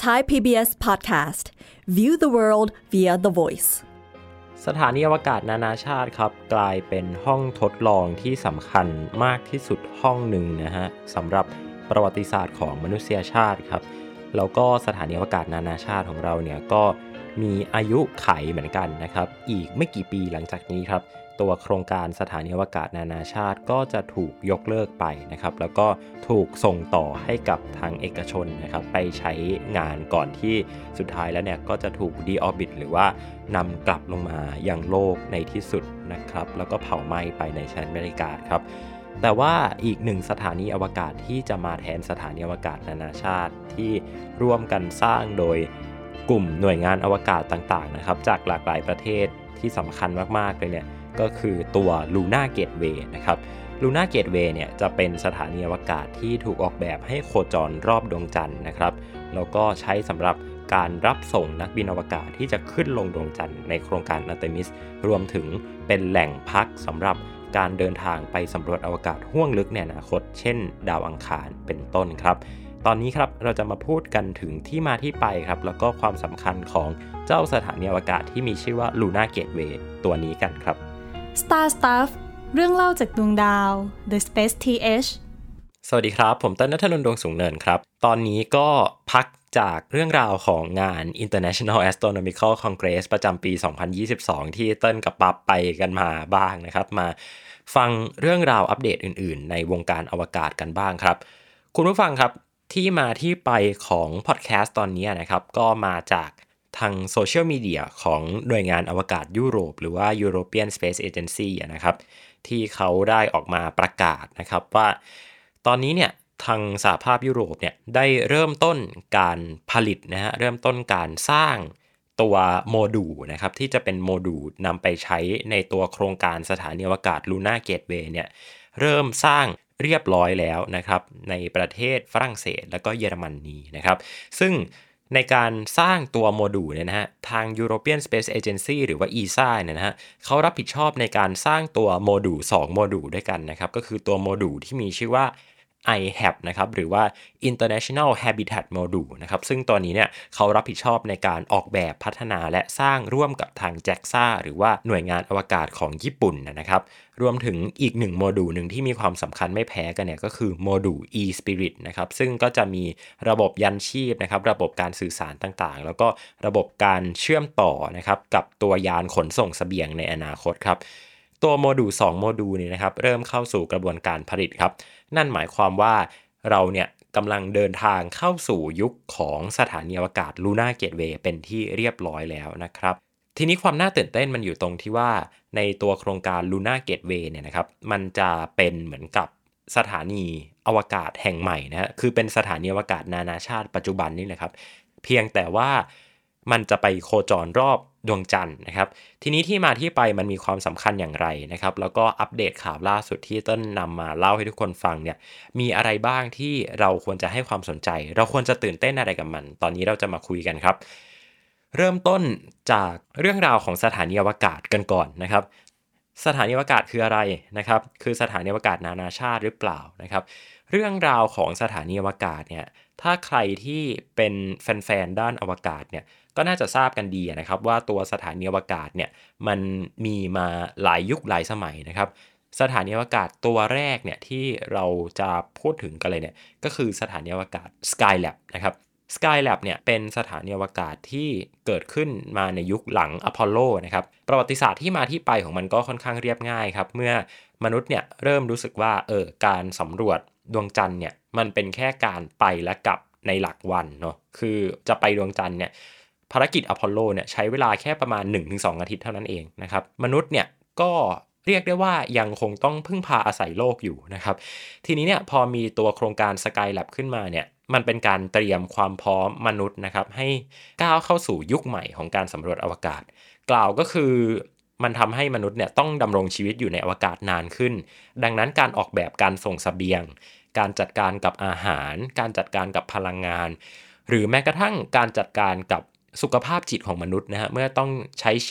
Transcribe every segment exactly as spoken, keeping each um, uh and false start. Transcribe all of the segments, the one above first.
Thai พี บี เอส Podcast View the world via the voice สถานีอวกาศนานาชาติครับกลายเป็นห้องทดลองที่สำคัญมากที่สุดห้องหนึ่งนะฮะสำหรับประวัติศาสตร์ของมนุษยชาติครับแล้วก็สถานีอวกาศนานาชาติของเราเนี่ยก็มีอายุไขเหมือนกันนะครับอีกไม่กี่ปีหลังจากนี้ครับตัวโครงการสถานีอวกาศนานาชาติก็จะถูกยกเลิกไปนะครับแล้วก็ถูกส่งต่อให้กับทางเอกชนนะครับไปใช้งานก่อนที่สุดท้ายแล้วเนี่ยก็จะถูกดีออร์บิทหรือว่านำกลับลงมายังโลกในที่สุดนะครับแล้วก็เผาไหม้ไปในชั้นบรรยากาศครับแต่ว่าอีกหนึ่งสถานีอวกาศที่จะมาแทนสถานีอวกาศนานาชาติที่ร่วมกันสร้างโดยกลุ่มหน่วยงานอวกาศต่างๆนะครับจากหลากหลายประเทศที่สำคัญมากๆเลยเนี่ยก็คือตัว Luna Gateway นะครับ Luna Gateway เนี่ยจะเป็นสถานีอวกาศที่ถูกออกแบบให้โคจรรอบดวงจันทร์นะครับแล้วก็ใช้สำหรับการรับส่งนักบินอวกาศที่จะขึ้นลงดวงจันทร์ในโครงการ Artemis รวมถึงเป็นแหล่งพักสำหรับการเดินทางไปสำรวจอวกาศห้วงลึกในอนาคตเช่นดาวอังคารเป็นต้นครับตอนนี้ครับเราจะมาพูดกันถึงที่มาที่ไปครับแล้วก็ความสำคัญของเจ้าสถานีอวกาศที่มีชื่อว่า Luna Gateway ตัวนี้กันครับ Star Stuff เรื่องเล่าจากดวงดาว The Space ที เอชสวัสดีครับผมเต้นณัฐนนท์ ดวงสูงเนินครับตอนนี้ก็พักจากเรื่องราวของงาน International Astronomical Congress ประจำปี สองพันยี่สิบสอง ที่เต้นกับปั๊บไปกันมาบ้างนะครับมาฟังเรื่องราวอัปเดตอื่นๆในวงการอวกาศกันบ้างครับคุณผู้ฟังครับที่มาที่ไปของพอดแคสต์ตอนนี้นะครับก็มาจากทางโซเชียลมีเดียของหน่วยงานอวกาศยุโรปหรือว่า European Space Agency นะครับที่เขาได้ออกมาประกาศนะครับว่าตอนนี้เนี่ยทางสหภาพยุโรปเนี่ยได้เริ่มต้นการผลิตนะฮะเริ่มต้นการสร้างตัวโมดูลนะครับที่จะเป็นโมดูลนำไปใช้ในตัวโครงการสถานีอวกาศ Luna Gateway เนี่ยเริ่มสร้างเรียบร้อยแล้วนะครับในประเทศฝรั่งเศสและก็เยอรมนีนะครับซึ่งในการสร้างตัวโมดูลเนี่ยนะฮะทาง European Space Agency หรือว่า อี เอ เอส เอ เนี่ยนะฮะเขารับผิดชอบในการสร้างตัวโมดูลสองโมดูลด้วยกันนะครับก็คือตัวโมดูลที่มีชื่อว่า ไอ แฮป นะครับหรือว่า International Habitat Module นะครับซึ่งตัวนี้เนี่ยเขารับผิดชอบในการออกแบบพัฒนาและสร้างร่วมกับทาง แจ็กซ่า หรือว่าหน่วยงานอวกาศของญี่ปุ่นนะครับรวมถึงอีกหนึ่งโมดูลหนึ่งที่มีความสำคัญไม่แพ้กันเนี่ยก็คือโมดูล e-Spirit นะครับซึ่งก็จะมีระบบยันชีพนะครับระบบการสื่อสารต่างๆแล้วก็ระบบการเชื่อมต่อนะครับกับตัวยานขนส่งเสบียงในอนาคตครับตัวโมดูลสองโมดูลนี้นะครับเริ่มเข้าสู่กระบวนการผลิตครับนั่นหมายความว่าเราเนี่ยกำลังเดินทางเข้าสู่ยุคของสถานีอวกาศ Luna Gateway เป็นที่เรียบร้อยแล้วนะครับทีนี้ความน่าตื่นเต้นมันอยู่ตรงที่ว่าในตัวโครงการ Luna Gateway เนี่ยนะครับมันจะเป็นเหมือนกับสถานีอวกาศแห่งใหม่นะฮะคือเป็นสถานีอวกาศนานาชาติปัจจุบันนี่แหละครับเพียงแต่ว่ามันจะไปโคจรรอบดวงจันทร์นะครับทีนี้ที่มาที่ไปมันมีความสำคัญอย่างไรนะครับแล้วก็อัปเดตข่าวล่าสุดที่ต้นนำมาเล่าให้ทุกคนฟังเนี่ยมีอะไรบ้างที่เราควรจะให้ความสนใจเราควรจะตื่นเต้นอะไรกับมันตอนนี้เราจะมาคุยกันครับเริ่มต้นจากเรื่องราวของสถานีอวกาศกันก่อนนะครับสถานีอวกาศคืออะไรนะครับคือสถานีอวกาศนานาชาติหรือเปล่านะครับเรื่องราวของสถานีอวกาศเนี่ยถ้าใครที่เป็นแฟนๆด้านอวกาศเนี่ยก็น่าจะทราบกันดีนะครับว่าตัวสถานีอวกาศเนี่ยมันมีมาหลายยุคหลายสมัยนะครับสถานีอวกาศตัวแรกเนี่ยที่เราจะพูดถึงกันเลยเนี่ยก็คือสถานีอวกาศ Skylab นะครับ Skylab เนี่ยเป็นสถานีอวกาศที่เกิดขึ้นมาในยุคหลังอพอลโลนะครับประวัติศาสตร์ที่มาที่ไปของมันก็ค่อนข้างเรียบง่ายครับเมื่อมนุษย์เนี่ยเริ่มรู้สึกว่าเออการสำรวจดวงจันทร์เนี่ยมันเป็นแค่การไปและกลับในหลักวันเนาะคือจะไปดวงจันทร์เนี่ยภารกิจอพอลโลเนี่ยใช้เวลาแค่ประมาณ หนึ่งถึงสอง อาทิตย์เท่านั้นเองนะครับมนุษย์เนี่ยก็เรียกได้ว่ายังคงต้องพึ่งพาอาศัยโลกอยู่นะครับทีนี้เนี่ยพอมีตัวโครงการ Skylab ขึ้นมาเนี่ยมันเป็นการเตรียมความพร้อมมนุษย์นะครับให้ก้าวเข้าสู่ยุคใหม่ของการสำรวจอวกาศกล่าวก็คือมันทำให้มนุษย์เนี่ยต้องดำรงชีวิตอยู่ในอวกาศนานขึ้นดังนั้นการออกแบบการส่งเสบียงการจัดการกับอาหารการจัดการกับพลังงานหรือแม้กระทั่งการจัดการกับสุขภาพจิตของมนุษย์นะฮะเมื่อต้องใช้ชีวิต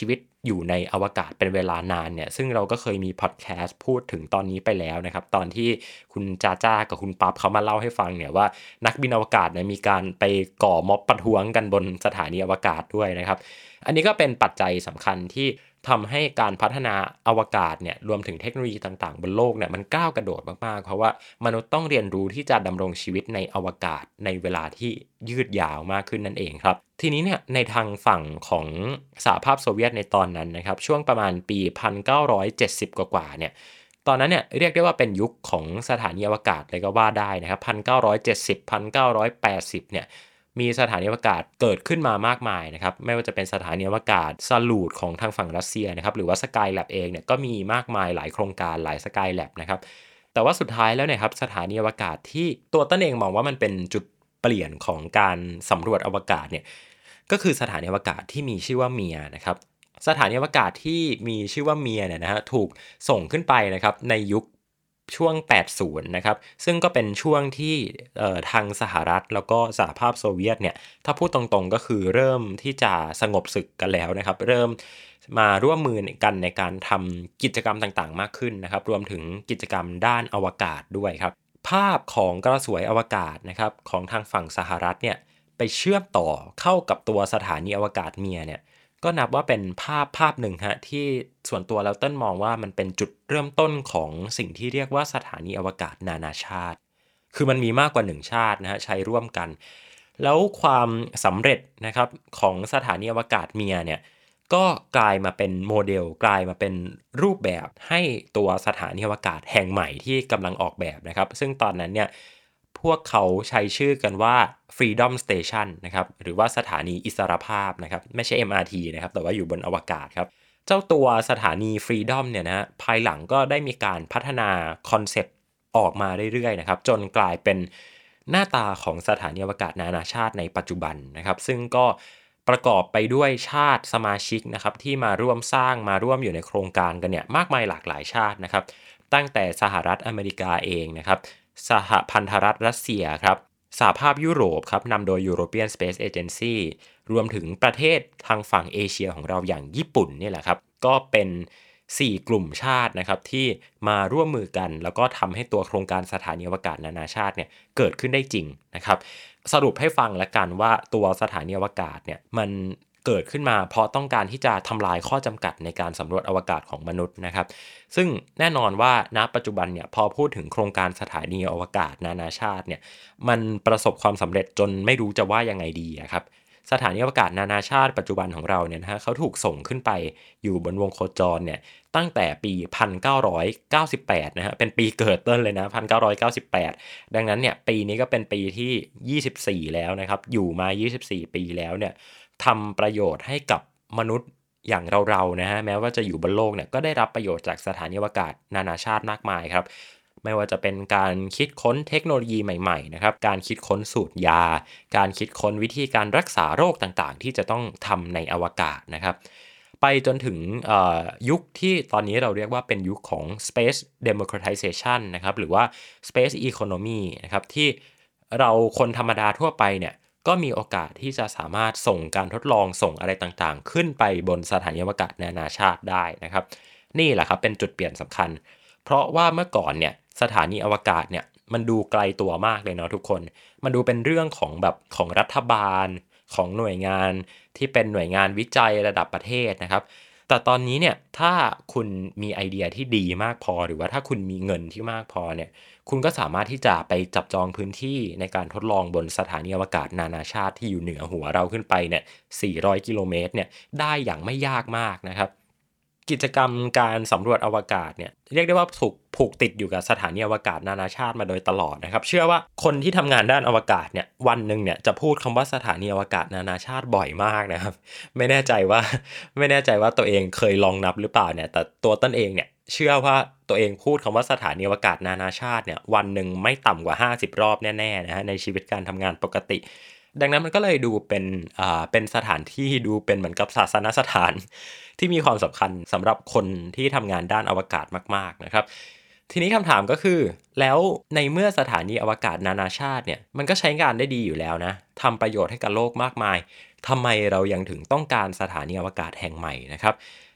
อยู่ในอวกาศเป็นเวลานานเนี่ยซึ่งเราก็เคยมีพอดแคสต์พูดถึงตอนนี้ไปแล้วนะครับตอนที่คุณจ้าจ้ากับคุณปั๊บเขามาเล่าให้ฟังเนี่ยว่านักบินอวกาศเนี่ยมีการไปก่อม็อบประท้วงกันบนสถานีอวกาศด้วยนะครับอันนี้ก็เป็นปัจจัยสำคัญที่ทำให้การพัฒนาอวกาศเนี่ยรวมถึงเทคโนโลยีต่างๆบนโลกเนี่ยมันก้าวกระโดดมากๆเพราะว่ามนุษย์ต้องเรียนรู้ที่จะดำรงชีวิตในอวกาศในเวลาที่ยืดยาวมากขึ้นนั่นเองครับทีนี้เนี่ยในทางฝั่งของสหภาพโซเวียตในตอนนั้นนะครับช่วงประมาณปีหนึ่งพันเก้าร้อยเจ็ดสิบกว่าๆเนี่ยตอนนั้นเนี่ยเรียกได้ว่าเป็นยุคของสถานีอวกาศเลยก็ว่าได้นะครับหนึ่งพันเก้าร้อยเจ็ดสิบ หนึ่งพันเก้าร้อยแปดสิบเนี่ยมีสถานีอวกาศเกิดขึ้นมามากมายนะครับไม่ว่าจะเป็นสถานีอวกาศซาลูดของทางฝั่งรัสเซียนะครับหรือว่า Skylab เองเนี่ยก็มีมากมายหลายโครงการหลาย Skylab นะครับแต่ว่าสุดท้ายแล้วเนี่ยครับสถานีอวกาศที่ตัวต้นเองมองว่ามันเป็นจุดเปลี่ยนของการสำรวจอวกาศเนี่ยก็คือสถานีอวกาศที่มีชื่อว่าเมียนะครับสถานีอวกาศที่มีชื่อว่าเมียเนี่ยนะฮะถูกส่งขึ้นไปนะครับในยุคช่วงแปดสิบนะครับซึ่งก็เป็นช่วงที่เอ่อทางสหรัฐแล้วก็สหภาพโซเวียตเนี่ยถ้าพูดตรงๆก็คือเริ่มที่จะสงบศึกกันแล้วนะครับเริ่มมาร่วมมือกันในการทำกิจกรรมต่างๆมากขึ้นนะครับรวมถึงกิจกรรมด้านอวกาศด้วยครับภาพของกระสวยอวกาศนะครับของทางฝั่งสหรัฐเนี่ยไปเชื่อมต่อเข้ากับตัวสถานีอวกาศเมียเนี่ยก็นับว่าเป็นภาพภาพหนึ่งฮะที่ส่วนตัวแล้วเต้นมองว่ามันเป็นจุดเริ่มต้นของสิ่งที่เรียกว่าสถานีอวกาศนานาชาติคือมันมีมากกว่าหนึ่งชาตินะฮะใช้ร่วมกันแล้วความสำเร็จนะครับของสถานีอวกาศเมียเนี่ยก็กลายมาเป็นโมเดลกลายมาเป็นรูปแบบให้ตัวสถานีอวกาศแห่งใหม่ที่กำลังออกแบบนะครับซึ่งตอนนั้นเนี่ยพวกเขาใช้ชื่อกันว่า Freedom Station นะครับหรือว่าสถานีอิสรภาพนะครับไม่ใช่ เอ็ม อาร์ ที นะครับแต่ว่าอยู่บนอวกาศครับเจ้าตัวสถานี Freedom เนี่ยนะภายหลังก็ได้มีการพัฒนาคอนเซปต์ออกมาเรื่อยๆนะครับจนกลายเป็นหน้าตาของสถานีอวกาศนานาชาติในปัจจุบันนะครับซึ่งก็ประกอบไปด้วยชาติสมาชิกนะครับที่มาร่วมสร้างมาร่วมอยู่ในโครงการกันเนี่ยมากมายหลากหลายชาตินะครับตั้งแต่สหรัฐอเมริกาเองนะครับสหพันธรัฐรัสเซียครับสหภาพยุโรปครับนำโดย European Space Agency รวมถึงประเทศทางฝั่งเอเชียของเราอย่างญี่ปุ่นนี่แหละครับก็เป็นสี่กลุ่มชาตินะครับที่มาร่วมมือกันแล้วก็ทำให้ตัวโครงการสถานีอวกาศนานาชาติเนี่ยเกิดขึ้นได้จริงนะครับสรุปให้ฟังละกันว่าตัวสถานีอวกาศเนี่ยมันเกิดขึ้นมาเพราะต้องการที่จะทำลายข้อจำกัดในการสำรวจอวกาศของมนุษย์นะครับซึ่งแน่นอนว่าณปัจจุบันเนี่ยพอพูดถึงโครงการสถานีอวกาศนานาชาติเนี่ยมันประสบความสำเร็จจนไม่รู้จะว่ายังไงดีครับสถานีอวกาศนานาชาติปัจจุบันของเราเนี่ยนะฮะเขาถูกส่งขึ้นไปอยู่บนวงโคจรเนี่ยตั้งแต่ปีหนึ่งพันเก้าร้อยเก้าสิบแปดนะฮะเป็นปีเกิดเต้นเลยนะหนึ่งพันเก้าร้อยเก้าสิบแปดดังนั้นเนี่ยปีนี้ก็เป็นปีที่ยี่สิบสี่แล้วนะครับอยู่มายี่สิบสี่ปีแล้วเนี่ยทำประโยชน์ให้กับมนุษย์อย่างเราๆนะฮะแม้ว่าจะอยู่บนโลกเนี่ยก็ได้รับประโยชน์จากสถานีอวกาศนานาชาติมากมายครับไม่ว่าจะเป็นการคิดค้นเทคโนโลยีใหม่ๆนะครับการคิดค้นสูตรยาการคิดค้นวิธีการรักษาโรคต่างๆที่จะต้องทำในอวกาศนะครับไปจนถึงยุคที่ตอนนี้เราเรียกว่าเป็นยุคของ Space Democratization นะครับหรือว่า Space Economy นะครับที่เราคนธรรมดาทั่วไปเนี่ยก็มีโอกาสที่จะสามารถส่งการทดลองส่งอะไรต่างๆขึ้นไปบนสถานีอวกาศนานาชาติได้นะครับนี่แหละครับเป็นจุดเปลี่ยนสำคัญเพราะว่าเมื่อก่อนเนี่ยสถานีอวกาศเนี่ยมันดูไกลตัวมากเลยเนาะทุกคนมันดูเป็นเรื่องของแบบของรัฐบาลของหน่วยงานที่เป็นหน่วยงานวิจัยระดับประเทศนะครับแต่ตอนนี้เนี่ยถ้าคุณมีไอเดียที่ดีมากพอหรือว่าถ้าคุณมีเงินที่มากพอเนี่ยคุณก็สามารถที่จะไปจับจองพื้นที่ในการทดลองบนสถานีอวกาศนานาชาติที่อยู่เหนือหัวเราขึ้นไปเนี่ยสี่ร้อยกิโลเมตรเนี่ยได้อย่างไม่ยากมากนะครับกิจกรรมการสำรวจอวกาศเนี่ยเรียกได้ว่าถูกผูกติดอยู่กับสถานีอวกาศนานาชาติมาโดยตลอดนะครับเชื่อว่าคนที่ทำงานด้านอวกาศเนี่ยวันหนึ่งเนี่ยจะพูดคำว่าสถานีอวกาศนานาชาติบ่อยมากนะครับไม่แน่ใจว่าไม่แน่ใจว่าตัวเองเคยลองนับหรือเปล่าเนี่ยแต่ตัวต้นเองเนี่ยเชื่อว่าตัวเองพูดคำว่าสถานีอวกาศนานาชาติเนี่ยวันหนึ่งไม่ต่ำกว่าห้าสิบรอบแน่ๆนะฮะในชีวิตการทำงานปกติดังนั้นมันก็เลยดูเป็นอ่าเป็นสถานที่ดูเป็นเหมือนกับศาสนสถานที่มีความสำคัญสำหรับคนที่ทำงานด้านอวกาศมากๆนะครับทีนี้คำถามก็คือแล้วในเมื่อสถานีอวกาศนานาชาติเนี่ยมันก็ใช้งานได้ดีอยู่แล้วนะทำประโยชน์ให้กับโลกมากมายทำไมเรายังถึงต้องการสถานีอวกาศแห่งใหม่นะครับ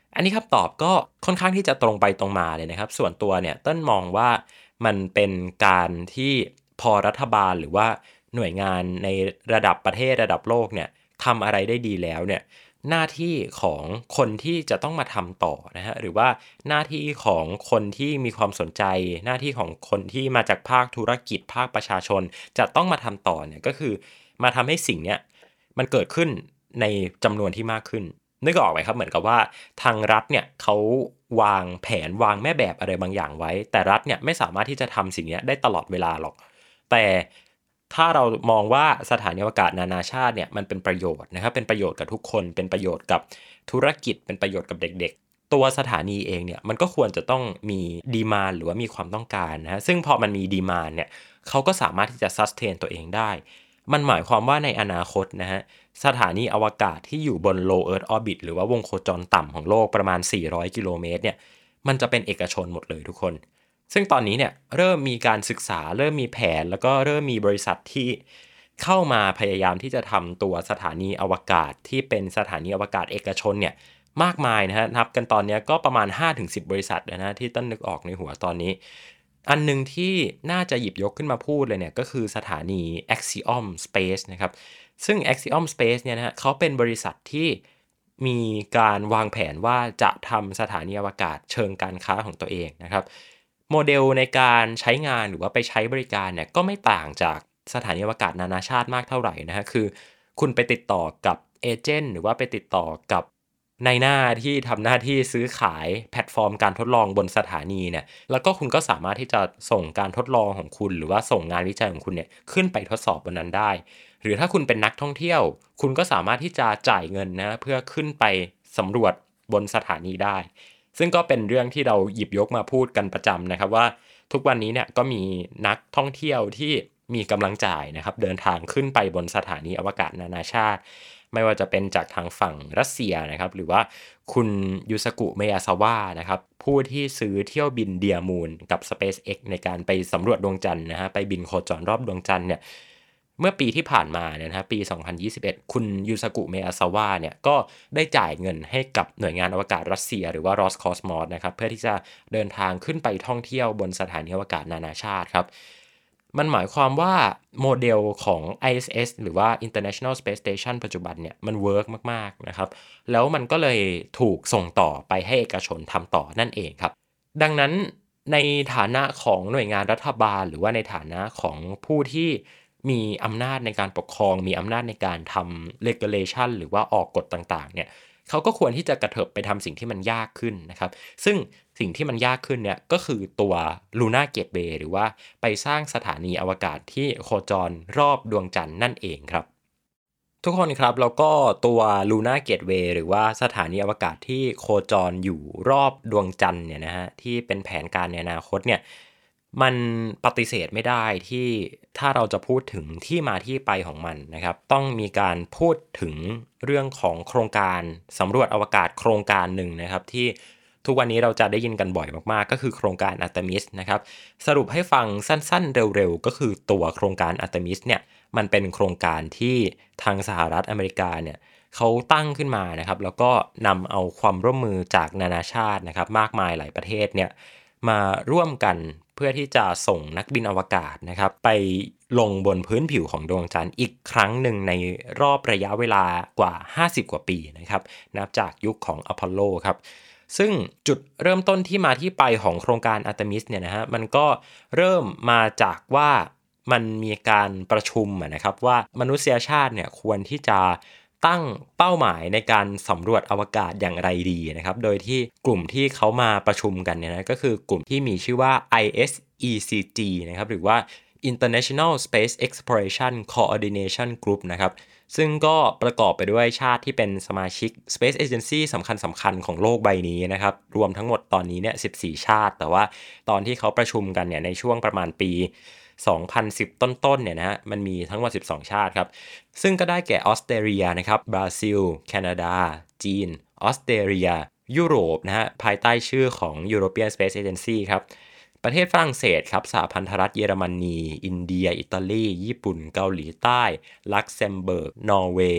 อันนี้คำตอบก็ค่อนข้างที่จะตรงไปตรงมาเลยนะครับส่วนตัวเนี่ยต้นมองว่ามันเป็นการที่พอรัฐบาลหรือว่าหน่วยงานในระดับประเทศระดับโลกเนี่ยทำอะไรได้ดีแล้วเนี่ยหน้าที่ของคนที่จะต้องมาทำต่อนะฮะหรือว่าหน้าที่ของคนที่มีความสนใจหน้าที่ของคนที่มาจากภาคธุรกิจภาคประชาชนจะต้องมาทำต่อเนี่ยก็คือมาทำให้สิ่งเนี้ยมันเกิดขึ้นในจำนวนที่มากขึ้นนึกออกไหมครับเหมือนกับว่าทางรัฐเนี่ยเขาวางแผนวางแม่แบบอะไรบางอย่างไว้แต่รัฐเนี่ยไม่สามารถที่จะทำสิ่งนี้ได้ตลอดเวลาหรอกแต่ถ้าเรามองว่าสถานีอวกาศนานาชาติเนี่ยมันเป็นประโยชน์นะครับเป็นประโยชน์กับทุกคนเป็นประโยชน์กับธุรกิจเป็นประโยชน์กับเด็กๆตัวสถานีเองเนี่ยมันก็ควรจะต้องมีดีมานด์หรือว่ามีความต้องการนะฮะซึ่งพอมันมีดีมานด์เนี่ยเขาก็สามารถที่จะซัสเทนตัวเองได้มันหมายความว่าในอนาคตนะฮะสถานีอวกาศที่อยู่บน low earth orbit หรือว่าวงโคจรต่ำของโลกประมาณสี่ร้อยกิโลเมตรเนี่ยมันจะเป็นเอกชนหมดเลยทุกคนซึ่งตอนนี้เนี่ยเริ่มมีการศึกษาเริ่มมีแผนแล้วก็เริ่มมีบริษัทที่เข้ามาพยายามที่จะทำตัวสถานีอวกาศที่เป็นสถานีอวกาศเอกชนเนี่ยมากมายนะฮะนับกันตอนนี้ก็ประมาณ ห้าถึงสิบ บริษัทนะฮะที่ต้นนึกออกในหัวตอนนี้อันนึงที่น่าจะหยิบยกขึ้นมาพูดเลยเนี่ยก็คือสถานี Axiom Space นะครับซึ่ง Axiom Space เนี่ยนะฮะเขาเป็นบริษัทที่มีการวางแผนว่าจะทำสถานีอวกาศเชิงการค้าของตัวเองนะครับโมเดลในการใช้งานหรือว่าไปใช้บริการเนี่ยก็ไม่ต่างจากสถานีอวกาศนานาชาติมากเท่าไหร่นะฮะคือคุณไปติดต่อกับเอเจนต์หรือว่าไปติดต่อกับในหน้าที่ทำหน้าที่ซื้อขายแพลตฟอร์มการทดลองบนสถานีเนี่ยแล้วก็คุณก็สามารถที่จะส่งการทดลองของคุณหรือว่าส่งงานวิจัยของคุณเนี่ยขึ้นไปทดสอบบนนั้นได้หรือถ้าคุณเป็นนักท่องเที่ยวคุณก็สามารถที่จะจ่ายเงินนะเพื่อขึ้นไปสำรวจบนสถานีได้ซึ่งก็เป็นเรื่องที่เราหยิบยกมาพูดกันประจำนะครับว่าทุกวันนี้เนี่ยก็มีนักท่องเที่ยวที่มีกำลังจ่ายนะครับเดินทางขึ้นไปบนสถานีอวกาศนานาชาติไม่ว่าจะเป็นจากทางฝั่งรัสเซียนะครับหรือว่าคุณยูสกุเมยาซาวะนะครับผู้ที่ซื้อเที่ยวบินเดียมูนกับ SpaceX ในการไปสำรวจดวงจันทร์นะฮะไปบินโคจรรอบดวงจันทร์เนี่ยเมื่อปีที่ผ่านมาเนี่ยนะฮะปีสองพันยี่สิบเอ็ดคุณยูสกุเมยาซาวะเนี่ยก็ได้จ่ายเงินให้กับหน่วยงานอวกาศรัสเซียหรือว่า Roscosmos นะครับเพื่อที่จะเดินทางขึ้นไปท่องเที่ยวบนสถานีอวกาศนานาชาติครับมันหมายความว่าโมเดลของ ไอ เอส เอส หรือว่า International Space Station ปัจจุบันเนี่ยมันเวิร์กมากๆนะครับแล้วมันก็เลยถูกส่งต่อไปให้เอกชนทำต่อนั่นเองครับดังนั้นในฐานะของหน่วยงานรัฐบาลหรือว่าในฐานะของผู้ที่มีอำนาจในการปกครองมีอำนาจในการทำ regulation หรือว่าออกกฎต่างๆเนี่ยเขาก็ควรที่จะกระเถิบไปทำสิ่งที่มันยากขึ้นนะครับซึ่งสิ่งที่มันยากขึ้นเนี่ยก็คือตัว Lunar Gateway หรือว่าไปสร้างสถานีอวกาศที่โคจรรอบดวงจันทร์นั่นเองครับทุกคนครับแล้วก็ตัว Lunar Gateway หรือว่าสถานีอวกาศที่โคจรอยู่รอบดวงจันทร์เนี่ยนะฮะที่เป็นแผนการในอนาคตเนี่ยมันปฏิเสธไม่ได้ที่ถ้าเราจะพูดถึงที่มาที่ไปของมันนะครับต้องมีการพูดถึงเรื่องของโครงการสำรวจอวกาศโครงการหนึ่งนะครับที่ทุกวันนี้เราจะได้ยินกันบ่อยมากๆก็คือโครงการ Artemis นะครับสรุปให้ฟังสั้นๆเร็วๆก็คือตัวโครงการ Artemis เนี่ยมันเป็นโครงการที่ทางสหรัฐอเมริกาเนี่ยเขาตั้งขึ้นมานะครับแล้วก็นำเอาความร่วมมือจากนานาชาตินะครับมากมายหลายประเทศเนี่ยมาร่วมกันเพื่อที่จะส่งนักบินอวกาศนะครับไปลงบนพื้นผิวของดวงจันทร์อีกครั้งหนึ่งในรอบระยะเวลากว่าห้าสิบกว่าปีนะครับนับจากยุคของอพอลโลครับซึ่งจุดเริ่มต้นที่มาที่ไปของโครงการ Artemis เนี่ยนะฮะมันก็เริ่มมาจากว่ามันมีการประชุมนะครับว่ามนุษยชาติเนี่ยควรที่จะตั้งเป้าหมายในการสำรวจอวกาศอย่างไรดีนะครับโดยที่กลุ่มที่เขามาประชุมกันเนี่ยนะก็คือกลุ่มที่มีชื่อว่า ไอ เอส อี ซี จี นะครับหรือว่า International Space Exploration Coordination Group นะครับซึ่งก็ประกอบไปด้วยชาติที่เป็นสมาชิก Space Agency สำคัญสำคัญของโลกใบนี้นะครับรวมทั้งหมดตอนนี้เนี่ยสิบสี่ชาติแต่ว่าตอนที่เขาประชุมกันเนี่ยในช่วงประมาณปีสองพันสิบต้นๆเนี่ยนะฮะมันมีทั้งหมดสิบสองชาติครับซึ่งก็ได้แก่ออสเตรเลียนะครับบราซิลแคนาดาจีนออสเตรเลียยุโรปนะฮะภายใต้ชื่อของ European Space Agency ครับประเทศฝรั่งเศสครับสหพันธรัฐเยอรมนีอินเดียอิตาลีญี่ปุ่นเกาหลีใต้ลักเซมเบิร์กนอร์เวย์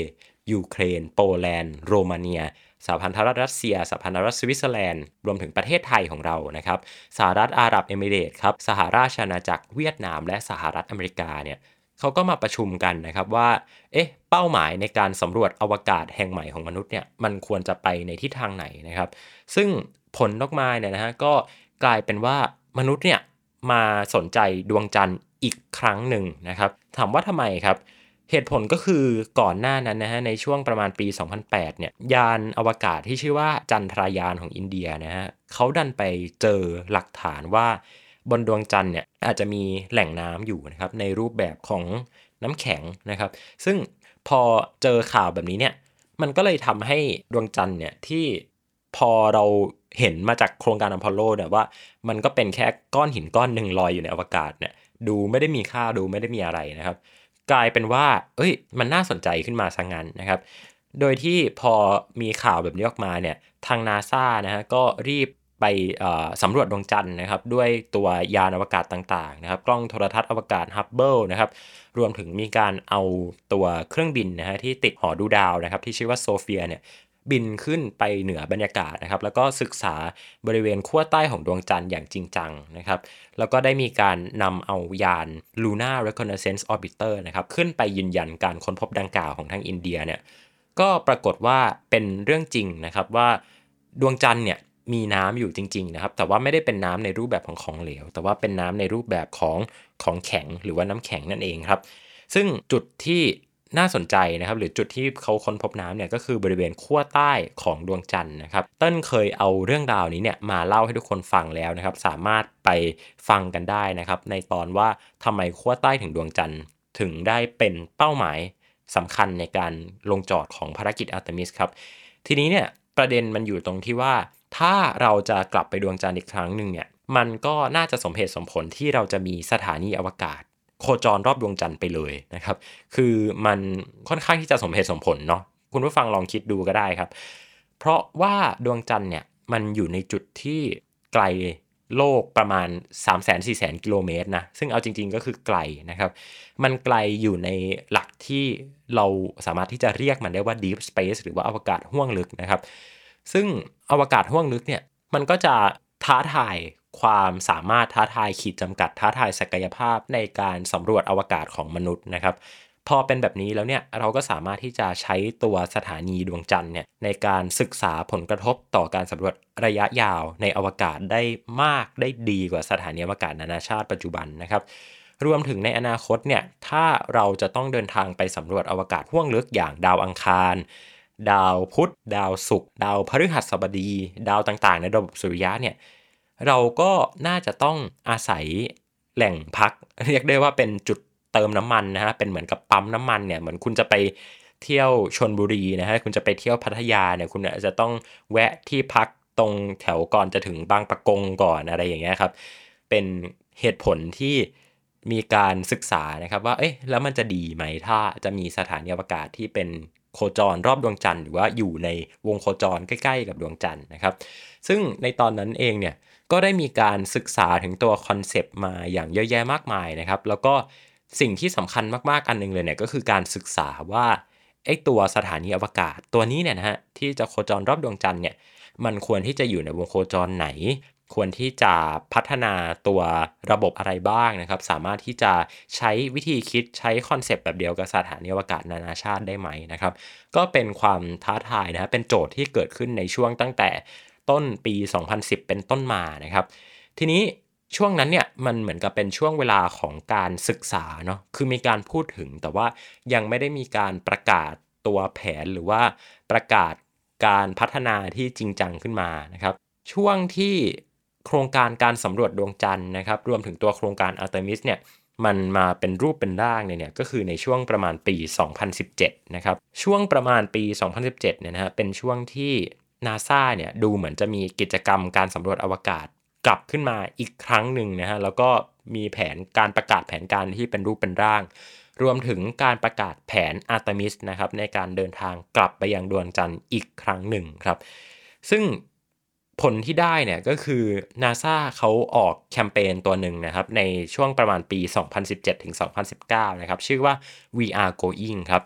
ยูเครนโปแลนด์โรมาเนียสหพันธรัฐรัสเซียสหพันธรัฐสวิตเซอร์แลนด์รวมถึงประเทศไทยของเรานะครับสหรัฐอาหรับเอมิเรตส์ครับสหราชอาณาจักรเวียดนามและสหรัฐอเมริกาเนี่ยเขาก็มาประชุมกันนะครับว่าเอ๊ะเป้าหมายในการสำรวจอวกาศแห่งใหม่ของมนุษย์เนี่ยมันควรจะไปในทิศทางไหนนะครับซึ่งผลออกมาเนี่ยนะฮะก็กลายเป็นว่ามนุษย์เนี่ยมาสนใจดวงจันทร์อีกครั้งหนึ่งนะครับถามว่าทำไมครับเหตุผลก็คือก่อนหน้านั้นนะฮะในช่วงประมาณปีสองพันแปดเนี่ยยานอวกาศที่ชื่อว่าจันทรายานของอินเดียนะฮะเขาดันไปเจอหลักฐานว่าบนดวงจันทร์เนี่ยอาจจะมีแหล่งน้ำอยู่นะครับในรูปแบบของน้ำแข็งนะครับซึ่งพอเจอข่าวแบบนี้เนี่ยมันก็เลยทำให้ดวงจันทร์เนี่ยที่พอเราเห็นมาจากโครงการอพอลโลเนี่ยว่ามันก็เป็นแค่ก้อนหินก้อนหนึ่งลอยอยู่ในอวกาศเนี่ยดูไม่ได้มีค่าดูไม่ได้มีอะไรนะครับกลายเป็นว่าเอ้ยมันน่าสนใจขึ้นมาซะงั้นนะครับโดยที่พอมีข่าวแบบนี้ออกมาเนี่ยทาง NASA นะฮะก็รีบไปสำรวจดวงจันทร์นะครับด้วยตัวยานอวกาศต่างๆนะครับกล้องโทรทัศน์อวกาศฮับเบิลนะครับรวมถึงมีการเอาตัวเครื่องบินนะฮะที่ติดหอดูดาวนะครับที่ชื่อว่าโซเฟียเนี่ยบินขึ้นไปเหนือบรรยากาศนะครับแล้วก็ศึกษาบริเวณขั้วใต้ของดวงจันทร์อย่างจริงจังนะครับแล้วก็ได้มีการนำเอายาน Lunar Reconnaissance Orbiter นะครับขึ้นไปยืนยันการค้นพบดังกล่าวของทางอินเดียเนี่ยก็ปรากฏว่าเป็นเรื่องจริงนะครับว่าดวงจันทร์เนี่ยมีน้ำอยู่จริงๆนะครับแต่ว่าไม่ได้เป็นน้ำในรูปแบบของของเหลวแต่ว่าเป็นน้ำในรูปแบบของของแข็งหรือว่าน้ำแข็งนั่นเองครับซึ่งจุดที่น่าสนใจนะครับหรือจุดที่เขาค้นพบน้ำเนี่ยก็คือบริเวณขั้วใต้ของดวงจันทร์นะครับเต้นเคยเอาเรื่องราวนี้เนี่ยมาเล่าให้ทุกคนฟังแล้วนะครับสามารถไปฟังกันได้นะครับในตอนว่าทำไมขั้วใต้ถึงดวงจันทร์ถึงได้เป็นเป้าหมายสำคัญในการลงจอดของภารกิจอาร์เตมิสครับทีนี้เนี่ยประเด็นมันอยู่ตรงที่ว่าถ้าเราจะกลับไปดวงจันทร์อีกครั้งหนึ่งเนี่ยมันก็น่าจะสมเหตุสมผลที่เราจะมีสถานีอวกาศโคจรรอบดวงจันทร์ไปเลยนะครับคือมันค่อนข้างที่จะสมเหตุสมผลเนาะคุณผู้ฟังลองคิดดูก็ได้ครับเพราะว่าดวงจันทร์เนี่ยมันอยู่ในจุดที่ไกลโลกประมาณ สามแสนสี่แสน กิโลเมตรนะซึ่งเอาจริงๆก็คือไกลนะครับมันไกลอยู่ในหลักที่เราสามารถที่จะเรียกมันได้ว่า deep space หรือว่าอวกาศห้วงลึกนะครับซึ่งอวกาศห้วงลึกเนี่ยมันก็จะท้าทายความสามารถท้าทายขีดจำกัดท้าทายศักยภาพในการสำรวจอวกาศของมนุษย์นะครับพอเป็นแบบนี้แล้วเนี่ยเราก็สามารถที่จะใช้ตัวสถานีดวงจันทร์เนี่ยในการศึกษาผลกระทบต่อการสำรวจระยะยาวในอวกาศได้มากได้ดีกว่าสถานีอวกาศนานาชาติปัจจุบันนะครับรวมถึงในอนาคตเนี่ยถ้าเราจะต้องเดินทางไปสำรวจอวกาศห้วงลึกอย่างดาวอังคารดาวพุธดาวศุกร์ดาวพฤหัสบดีดาวต่างๆในระบบสุริยะเนี่ยเราก็น่าจะต้องอาศัยแหล่งพักเรียกได้ว่าเป็นจุดเติมน้ำมันนะฮะเป็นเหมือนกับปั๊มน้ำมันเนี่ยเหมือนคุณจะไปเที่ยวชลบุรีนะฮะคุณจะไปเที่ยวพัทยาเนี่ยคุณอาจจะต้องแวะที่พักตรงแถวก่อนจะถึงบางปะกงก่อนอะไรอย่างเงี้ยครับเป็นเหตุผลที่มีการศึกษานะครับว่าเอ๊ะแล้วมันจะดีไหมถ้าจะมีสถานีอวกาศที่เป็นโคจรรอบดวงจันทร์หรือว่าอยู่ในวงโคจรใกล้ๆกับดวงจันทร์นะครับซึ่งในตอนนั้นเองเนี่ยก็ได้มีการศึกษาถึงตัวคอนเซปต์มาอย่างเยอะแยะมากมายนะครับแล้วก็สิ่งที่สำคัญมากๆอันนึงเลยเนี่ยก็คือการศึกษาว่าไอ้ตัวสถานีอวกาศตัวนี้เนี่ยนะฮะที่จะโคจรรอบดวงจันทร์เนี่ยมันควรที่จะอยู่ในวงโคจรไหนควรที่จะพัฒนาตัวระบบอะไรบ้างนะครับสามารถที่จะใช้วิธีคิดใช้คอนเซปต์แบบเดียวกับสถานีอวกาศนานาชาติได้ไหมนะครับก็เป็นความท้าทายนะเป็นโจทย์ที่เกิดขึ้นในช่วงตั้งแต่ต้นปีสองพันสิบเป็นต้นมานะครับทีนี้ช่วงนั้นเนี่ยมันเหมือนกับเป็นช่วงเวลาของการศึกษาเนาะคือมีการพูดถึงแต่ว่ายังไม่ได้มีการประกาศตัวแผนหรือว่าประกาศการพัฒนาที่จริงจังขึ้นมานะครับช่วงที่โครงการการสำรวจดวงจันทร์นะครับรวมถึงตัวโครงการ Artemis เนี่ยมันมาเป็นรูปเป็นร่างเนี่ยก็คือในช่วงประมาณปีสองพันสิบเจ็ดนะครับช่วงประมาณปีสองพันสิบเจ็ดเนี่ยนะฮะเป็นช่วงที่ NASA เนี่ยดูเหมือนจะมีกิจกรรมการสำรวจอวกาศกลับขึ้นมาอีกครั้งหนึ่งนะฮะแล้วก็มีแผนการประกาศแผนการที่เป็นรูปเป็นร่างรวมถึงการประกาศแผน Artemis นะครับในการเดินทางกลับไปยังดวงจันทร์อีกครั้งหนึ่งครับซึ่งผลที่ได้เนี่ยก็คือ NASA เขาออกแคมเปญตัวหนึ่งนะครับในช่วงประมาณปีสองพันสิบเจ็ดถึงสองพันสิบเก้านะครับชื่อว่า We Are Going ครับ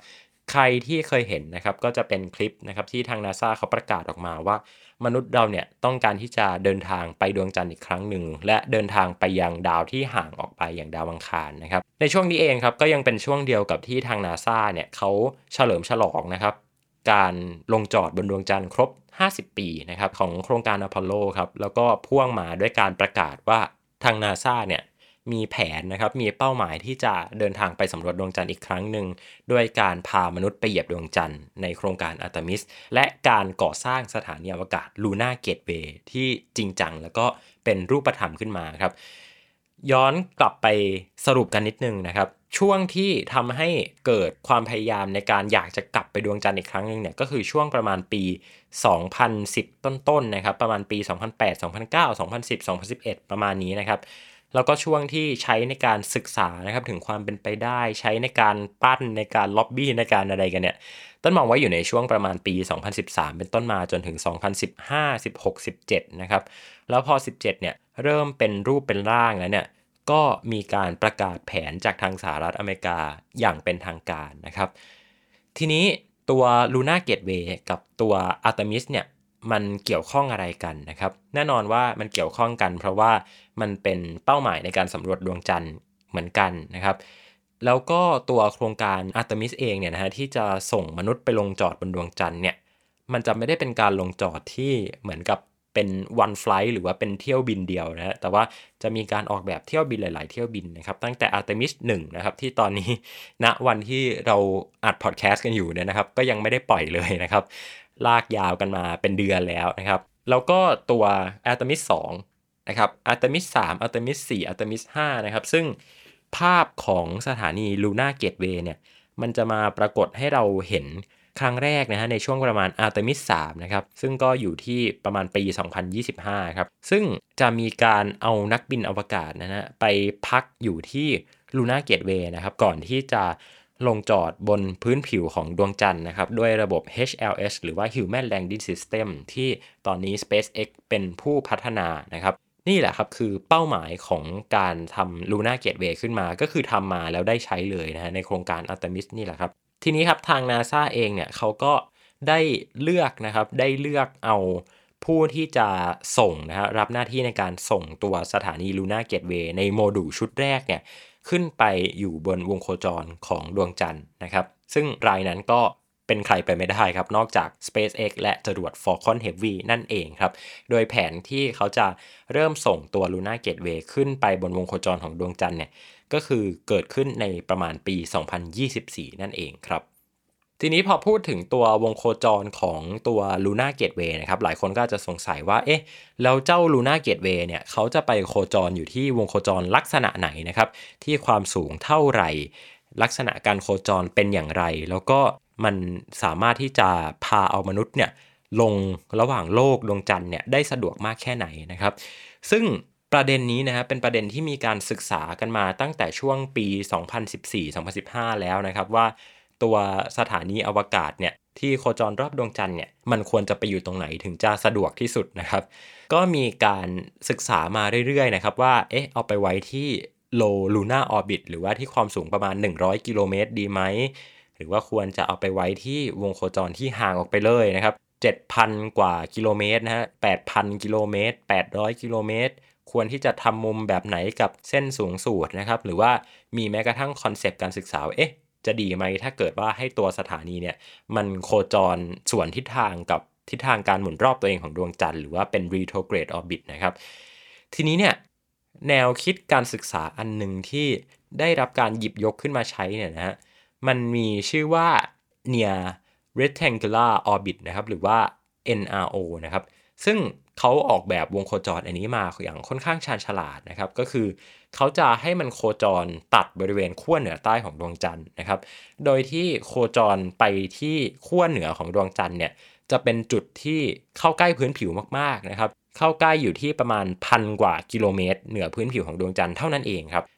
ใครที่เคยเห็นนะครับก็จะเป็นคลิปนะครับที่ทาง NASA เขาประกาศออกมาว่ามนุษย์เราเนี่ยต้องการที่จะเดินทางไปดวงจันทร์อีกครั้งหนึ่งและเดินทางไปยังดาวที่ห่างออกไปอย่างดาวอังคารนะครับในช่วงนี้เองครับก็ยังเป็นช่วงเดียวกับที่ทาง NASA เนี่ยเขาเฉลิมฉลองนะครับการลงจอดบนดวงจันทร์ครบห้าสิบปีนะครับของโครงการอพอลโลครับแล้วก็พ่วงมาด้วยการประกาศว่าทาง NASA เนี่ยมีแผนนะครับมีเป้าหมายที่จะเดินทางไปสำรวจดวงจันทร์อีกครั้งหนึ่งด้วยการพามนุษย์ไปเหยียบดวงจันทร์ในโครงการอาร์เตมิสและการก่อสร้างสถานีอวกาศลูน่าเกตเวย์ที่จริงจังแล้วก็เป็นรูปธรรมขึ้นมาครับย้อนกลับไปสรุปกันนิดนึงนะครับช่วงที่ทำให้เกิดความพยายามในการอยากจะกลับไปดวงจันทร์อีกครั้งนึงเนี่ยก็คือช่วงประมาณปีสองพันสิบต้นๆนะครับประมาณปีสองพันแปด สองพันเก้า สองพันสิบ สองพันสิบเอ็ดประมาณนี้นะครับแล้วก็ช่วงที่ใช้ในการศึกษานะครับถึงความเป็นไปได้ใช้ในการปั้นในการล็อบบี้ในการอะไรกันเนี่ยต้นมองว่าอยู่ในช่วงประมาณปีสองพันสิบสามเป็นต้นมาจนถึงสองพันสิบห้า สิบหก สิบเจ็ดนะครับแล้วพอสิบเจ็ดเนี่ยเริ่มเป็นรูปเป็นร่างแล้วเนี่ยก็มีการประกาศแผนจากทางสหรัฐอเมริกาอย่างเป็นทางการนะครับทีนี้ตัว Lunar Gateway กับตัว Artemis เนี่ยมันเกี่ยวข้องอะไรกันนะครับแน่นอนว่ามันเกี่ยวข้องกันเพราะว่ามันเป็นเป้าหมายในการสำรวจดวงจันทร์เหมือนกันนะครับแล้วก็ตัวโครงการ Artemis เองเนี่ยนะฮะที่จะส่งมนุษย์ไปลงจอดบนดวงจันทร์เนี่ยมันจะไม่ได้เป็นการลงจอดที่เหมือนกับเป็น one flight หรือว่าเป็นเที่ยวบินเดียวนะฮะแต่ว่าจะมีการออกแบบเที่ยวบินหลายๆเที่ยวบินนะครับตั้งแต่ Artemis หนึ่งนะครับที่ตอนนี้ณวันที่เราอัดพอดแคสต์กันอยู่เนี่ยนะครับก็ยังไม่ได้ปล่อยเลยนะครับลากยาวกันมาเป็นเดือนแล้วนะครับแล้วก็ตัว Artemis สองนะครับ Artemis สาม Artemis สี่ Artemis ห้านะครับซึ่งภาพของสถานี Lunar Gateway เนี่ยมันจะมาปรากฏให้เราเห็นครั้งแรกนะฮะในช่วงประมาณ Artemis สามนะครับซึ่งก็อยู่ที่ประมาณปีสองพันยี่สิบห้าครับซึ่งจะมีการเอานักบินอวกาศนะฮะไปพักอยู่ที่ Lunar Gateway นะครับก่อนที่จะลงจอดบนพื้นผิวของดวงจันทร์นะครับด้วยระบบ เอช แอล เอส หรือว่า Human Landing System ที่ตอนนี้ SpaceX เป็นผู้พัฒนานะครับนี่แหละครับคือเป้าหมายของการทำ Lunar Gateway ขึ้นมาก็คือทำมาแล้วได้ใช้เลยนะฮะในโครงการ Artemis นี่แหละครับทีนี้ครับทาง NASA เองเนี่ยเขาก็ได้เลือกนะครับได้เลือกเอาผู้ที่จะส่งนะฮะรับหน้าที่ในการส่งตัวสถานี Lunar Gateway ในโมดูลชุดแรกเนี่ยขึ้นไปอยู่บนวงโคจรของดวงจันทร์นะครับซึ่งรายนั้นก็เป็นใครไปไม่ได้ครับนอกจาก SpaceX และจรวด Falcon Heavy นั่นเองครับโดยแผนที่เขาจะเริ่มส่งตัว Lunar Gateway ขึ้นไปบนวงโคจรของดวงจันทร์เนี่ยก็คือเกิดขึ้นในประมาณปีสองพันยี่สิบสี่นั่นเองครับทีนี้พอพูดถึงตัววงโคจรของตัว Lunar Gateway นะครับหลายคนก็จะสงสัยว่าเอ๊ะแล้วเจ้า Lunar Gateway เนี่ยเขาจะไปโคจรอยู่ที่วงโคจรลักษณะไหนนะครับที่ความสูงเท่าไหร่ลักษณะการโคจรเป็นอย่างไรแล้วก็มันสามารถที่จะพาเอามนุษย์เนี่ยลงระหว่างโลกดวงจันทร์เนี่ยได้สะดวกมากแค่ไหนนะครับซึ่งประเด็นนี้นะฮะเป็นประเด็นที่มีการศึกษากันมาตั้งแต่ช่วงปีสองพันสิบสี่ สองพันสิบห้าแล้วนะครับว่าตัวสถานีอวกาศเนี่ยที่โคจรรอบดวงจันทร์เนี่ยมันควรจะไปอยู่ตรงไหนถึงจะสะดวกที่สุดนะครับก็มีการศึกษามาเรื่อยๆนะครับว่าเอ๊ะเอาไปไว้ที่ low lunar orbit หรือว่าที่ความสูงประมาณหนึ่งร้อยกิโลเมตรดีไหมหรือว่าควรจะเอาไปไว้ที่วงโคจรที่ห่างออกไปเลยนะครับ เจ็ดพัน กว่ากิโลเมตรนะฮะ แปดพัน กิโลเมตร แปดร้อย กิโลเมตรควรที่จะทำมุมแบบไหนกับเส้นสูงสูตรนะครับหรือว่ามีแม้กระทั่งคอนเซปต์การศึกษาเอ๊ะจะดีไหมถ้าเกิดว่าให้ตัวสถานีเนี่ยมันโคจรสวนทิศทางกับทิศทางการหมุนรอบตัวเองของดวงจันทร์หรือว่าเป็น retrograde orbit นะครับทีนี้เนี่ยแนวคิดการศึกษาอันนึงที่ได้รับการหยิบยกขึ้นมาใช้เนี่ยนะฮะมันมีชื่อว่า near rectangular orbit นะครับหรือว่า เอ็น อาร์ โอ นะครับซึ่งเขาออกแบบวงโคจรอันนี้มาอย่างค่อนข้างชาญฉลาดนะครับก็คือเขาจะให้มันโคจรตัดบริเวณขั้วเหนือใต้ของดวงจันทร์นะครับโดยที่โคจรไปที่ขั้วเหนือของดวงจันทร์เนี่ยจะเป็นจุดที่เข้าใกล้พื้นผิวมากๆนะครับเข้าใกล้อยู่ที่ประมาณพันกว่ากิโลเมตรเหนือพื้นผิวของดวงจันทร์เท่านั้นเองครับ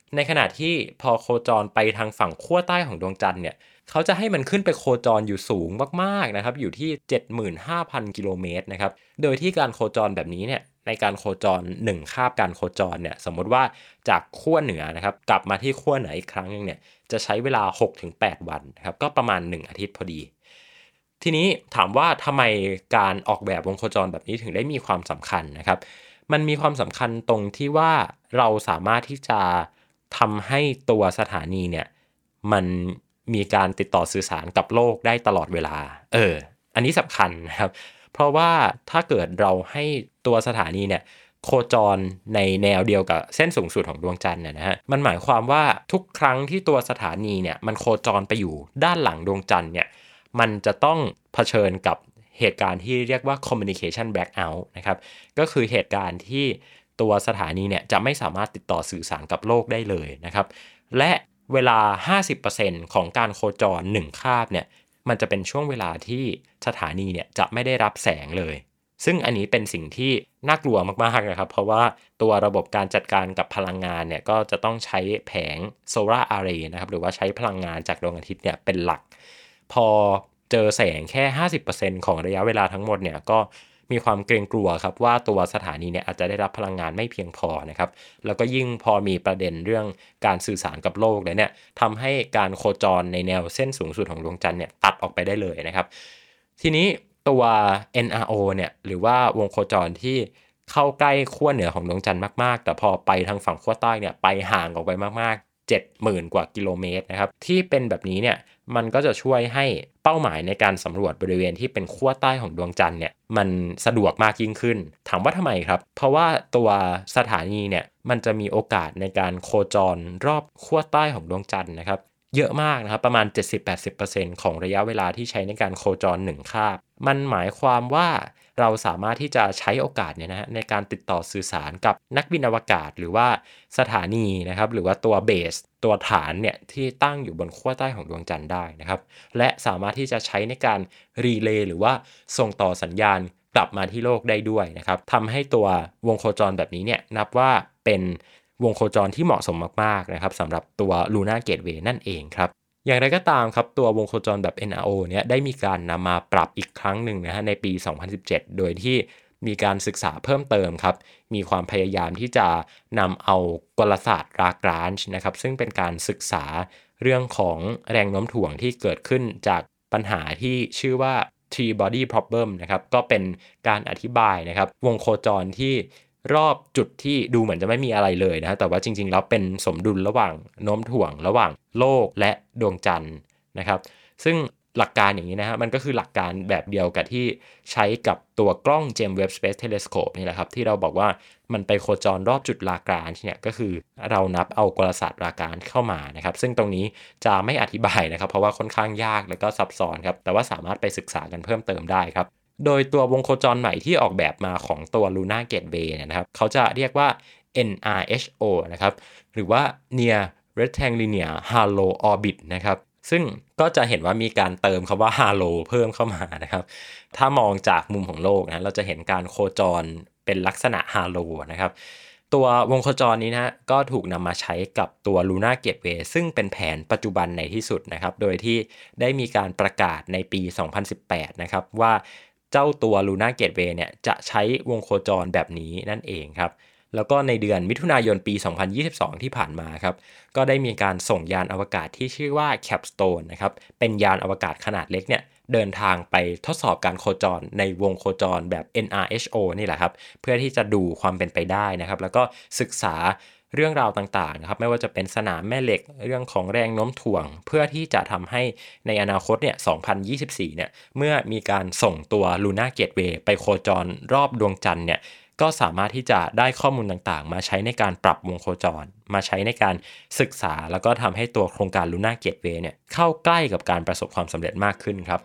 ในขณะที่พอโคจรไปทางฝั่งขั้วใต้ของดวงจันทร์เนี่ยเขาจะให้มันขึ้นไปโคจรอยู่สูงมากๆนะครับอยู่ที่ เจ็ดหมื่นห้าพัน กิโลเมตรนะครับโดยที่การโคจรแบบนี้เนี่ยในการโคจรหนึ่งคาบการโคจรเนี่ยสมมติว่าจากขั้วเหนือนะครับกลับมาที่ขั้วเหนืออีกครั้งนึงเนี่ยจะใช้เวลา หกถึงแปด วันนะครับก็ประมาณหนึ่งอาทิตย์พอดีทีนี้ถามว่าทำไมการออกแบบวงโคจรแบบนี้ถึงได้มีความสำคัญนะครับมันมีความสำคัญตรงที่ว่าเราสามารถที่จะทำให้ตัวสถานีเนี่ยมันมีการติดต่อสื่อสารกับโลกได้ตลอดเวลาเอออันนี้สำคัญนะครับเพราะว่าถ้าเกิดเราให้ตัวสถานีเนี่ยโคจรในแนวเดียวกับเส้นสูงสุดของดวงจันทร์เนี่ยนะฮะมันหมายความว่าทุกครั้งที่ตัวสถานีเนี่ยมันโคจรไปอยู่ด้านหลังดวงจันทร์เนี่ยมันจะต้องเผชิญกับเหตุการณ์ที่เรียกว่า communication blackout นะครับก็คือเหตุการณ์ที่ตัวสถานีเนี่ยจะไม่สามารถติดต่อสื่อสารกับโลกได้เลยนะครับและเวลา ห้าสิบเปอร์เซ็นต์ ของการโคจรหนึ่งคาบเนี่ยมันจะเป็นช่วงเวลาที่สถานีเนี่ยจะไม่ได้รับแสงเลยซึ่งอันนี้เป็นสิ่งที่น่ากลัวมากๆนะครับเพราะว่าตัวระบบการจัดการกับพลังงานเนี่ยก็จะต้องใช้แผงโซลาร์อาร์เรย์นะครับหรือว่าใช้พลังงานจากดวงอาทิตย์เนี่ยเป็นหลักพอเจอแสงแค่ ห้าสิบเปอร์เซ็นต์ ของระยะเวลาทั้งหมดเนี่ยก็มีความเกรงกลัวครับว่าตัวสถานีเนี่ยอาจจะได้รับพลังงานไม่เพียงพอนะครับแล้วก็ยิ่งพอมีประเด็นเรื่องการสื่อสารกับโลกเลยเนี่ยทำให้การโคจรในแนวเส้นสูงสุดของดวงจันทร์เนี่ยตัดออกไปได้เลยนะครับทีนี้ตัว เอ็น อาร์ โอ เนี่ยหรือว่าวงโคจรที่เข้าใกล้ขั้วเหนือของดวงจันทร์มากๆแต่พอไปทางฝั่งขั้วใต้เนี่ยไปห่างออกไปมากๆ เจ็ดหมื่น กว่ากิโลเมตรนะครับที่เป็นแบบนี้เนี่ยมันก็จะช่วยให้เป้าหมายในการสำรวจบริเวณที่เป็นขั้วใต้ของดวงจันทร์เนี่ยมันสะดวกมากยิ่งขึ้นถามว่าทำไมครับเพราะว่าตัวสถานีเนี่ยมันจะมีโอกาสในการโคจรรอบขั้วใต้ของดวงจันทร์นะครับเยอะมากนะครับประมาณ เจ็ดสิบถึงแปดสิบเปอร์เซ็นต์ ของระยะเวลาที่ใช้ในการโคจรหนึ่งคาบมันหมายความว่าเราสามารถที่จะใช้โอกาสเนี่ยนะในการติดต่อสื่อสารกับนักบินอวกาศหรือว่าสถานีนะครับหรือว่าตัวเบสตัวฐานเนี่ยที่ตั้งอยู่บนขั้วใต้ของดวงจันทร์ได้นะครับและสามารถที่จะใช้ในการรีเลย์หรือว่าส่งต่อสัญญาณกลับมาที่โลกได้ด้วยนะครับทำให้ตัววงโคจรแบบนี้เนี่ยนับว่าเป็นวงโคจรที่เหมาะสมมากๆนะครับสำหรับตัว Lunar Gateway นั่นเองครับอย่างไรก็ตามครับตัววงโคจรแบบ เอ็น อาร์ โอ เนี่ยได้มีการนำมาปรับอีกครั้งหนึ่งนะฮะในปี สองพันสิบเจ็ด โดยที่มีการศึกษาเพิ่มเติมครับมีความพยายามที่จะนำเอากลศาสตร์ลากรานจ์นะครับซึ่งเป็นการศึกษาเรื่องของแรงโน้มถ่วงที่เกิดขึ้นจากปัญหาที่ชื่อว่า three body problem นะครับก็เป็นการอธิบายนะครับวงโคจรที่รอบจุดที่ดูเหมือนจะไม่มีอะไรเลยนะแต่ว่าจริงๆแล้วเป็นสมดุลระหว่างโน้มถ่วงระหว่างโลกและดวงจันทร์นะครับซึ่งหลักการอย่างนี้นะฮะมันก็คือหลักการแบบเดียวกับที่ใช้กับตัวกล้อง James Webb Space Telescope นี่แหละครับที่เราบอกว่ามันไปโคจรรอบจุดลากรานจ์เนี่ยก็คือเรานับเอากลศาสตร์ลากรานจ์เข้ามานะครับซึ่งตรงนี้จะไม่อธิบายนะครับเพราะว่าค่อนข้างยากแล้วก็ซับซ้อนครับแต่ว่าสามารถไปศึกษากันเพิ่มเติมได้ครับโดยตัววงโคจรใหม่ที่ออกแบบมาของตัว Lunar Gateway เนี่ยนะครับเขาจะเรียกว่า เอ็น อาร์ เอช โอ นะครับหรือว่า Near Rectilinear Halo Orbit นะครับซึ่งก็จะเห็นว่ามีการเติมคำว่า Halo เพิ่มเข้ามานะครับถ้ามองจากมุมของโลกนะเราจะเห็นการโคจรเป็นลักษณะ Halo นะครับตัววงโคจรนี้นะก็ถูกนำมาใช้กับตัว Lunar Gateway ซึ่งเป็นแผนปัจจุบันในที่สุดนะครับโดยที่ได้มีการประกาศในปี สองพันสิบแปด นะครับว่าเจ้าตัว Lunar Gateway เนี่ยจะใช้วงโคจรแบบนี้นั่นเองครับแล้วก็ในเดือนมิถุนายนปี สองพันยี่สิบสอง ที่ผ่านมาครับก็ได้มีการส่งยานอวกาศที่ชื่อว่า Capstone นะครับเป็นยานอวกาศขนาดเล็กเนี่ยเดินทางไปทดสอบการโคจรในวงโคจรแบบ เอ็น อาร์ เอช โอ นี่แหละครับเพื่อที่จะดูความเป็นไปได้นะครับแล้วก็ศึกษาเรื่องราวต่างๆนะครับไม่ว่าจะเป็นสนามแม่เหล็กเรื่องของแรงโน้มถ่วงเพื่อที่จะทำให้ในอนาคตเนี่ย สองพันยี่สิบสี่ เนี่ยเมื่อมีการส่งตัว Lunar Gateway ไปโคจรรอบดวงจันทร์เนี่ยก็สามารถที่จะได้ข้อมูลต่างๆมาใช้ในการปรับวงโคจรมาใช้ในการศึกษาแล้วก็ทำให้ตัวโครงการ Lunar Gateway เนี่ยเข้าใกล้กับการประสบความสำเร็จมากขึ้นครับ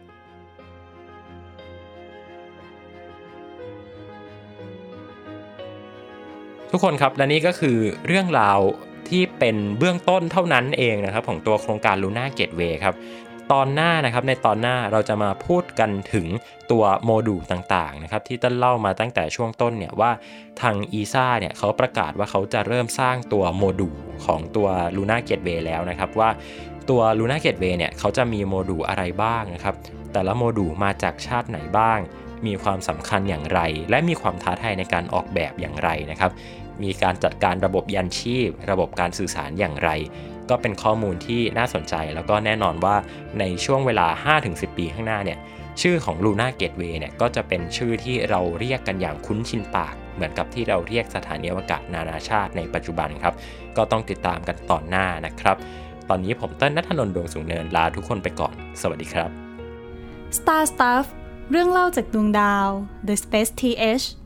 ทุกคนครับและนี่ก็คือเรื่องราวที่เป็นเบื้องต้นเท่านั้นเองนะครับของตัวโครงการ Lunar Gateway ครับตอนหน้านะครับในตอนหน้าเราจะมาพูดกันถึงตัวโมดูลต่างๆนะครับที่ต้นเล่ามาตั้งแต่ช่วงต้นเนี่ยว่าทาง อี เอ เอส เอ เนี่ยเขาประกาศว่าเขาจะเริ่มสร้างตัวโมดูลของตัว Lunar Gateway แล้วนะครับว่าตัว Lunar Gateway เนี่ยเขาจะมีโมดูลอะไรบ้างนะครับแต่ละโมดูลมาจากชาติไหนบ้างมีความสำคัญอย่างไรและมีความท้าทายในการออกแบบอย่างไรนะครับมีการจัดการระบบยันชีพระบบการสื่อสารอย่างไรก็เป็นข้อมูลที่น่าสนใจแล้วก็แน่นอนว่าในช่วงเวลา ห้าถึงสิบ ปีข้างหน้าเนี่ยชื่อของ Lunar Gateway เนี่ยก็จะเป็นชื่อที่เราเรียกกันอย่างคุ้นชินปากเหมือนกับที่เราเรียกสถานีอวกาศนานาชาติในปัจจุบันครับก็ต้องติดตามกันตอนหน้านะครับตอนนี้ผมเติ้ลณัฐนนท์ ดวงสูงเนินลาทุกคนไปก่อนสวัสดีครับ Star Stuff เรื่องเล่าจากดวงดาว The Space ที เอช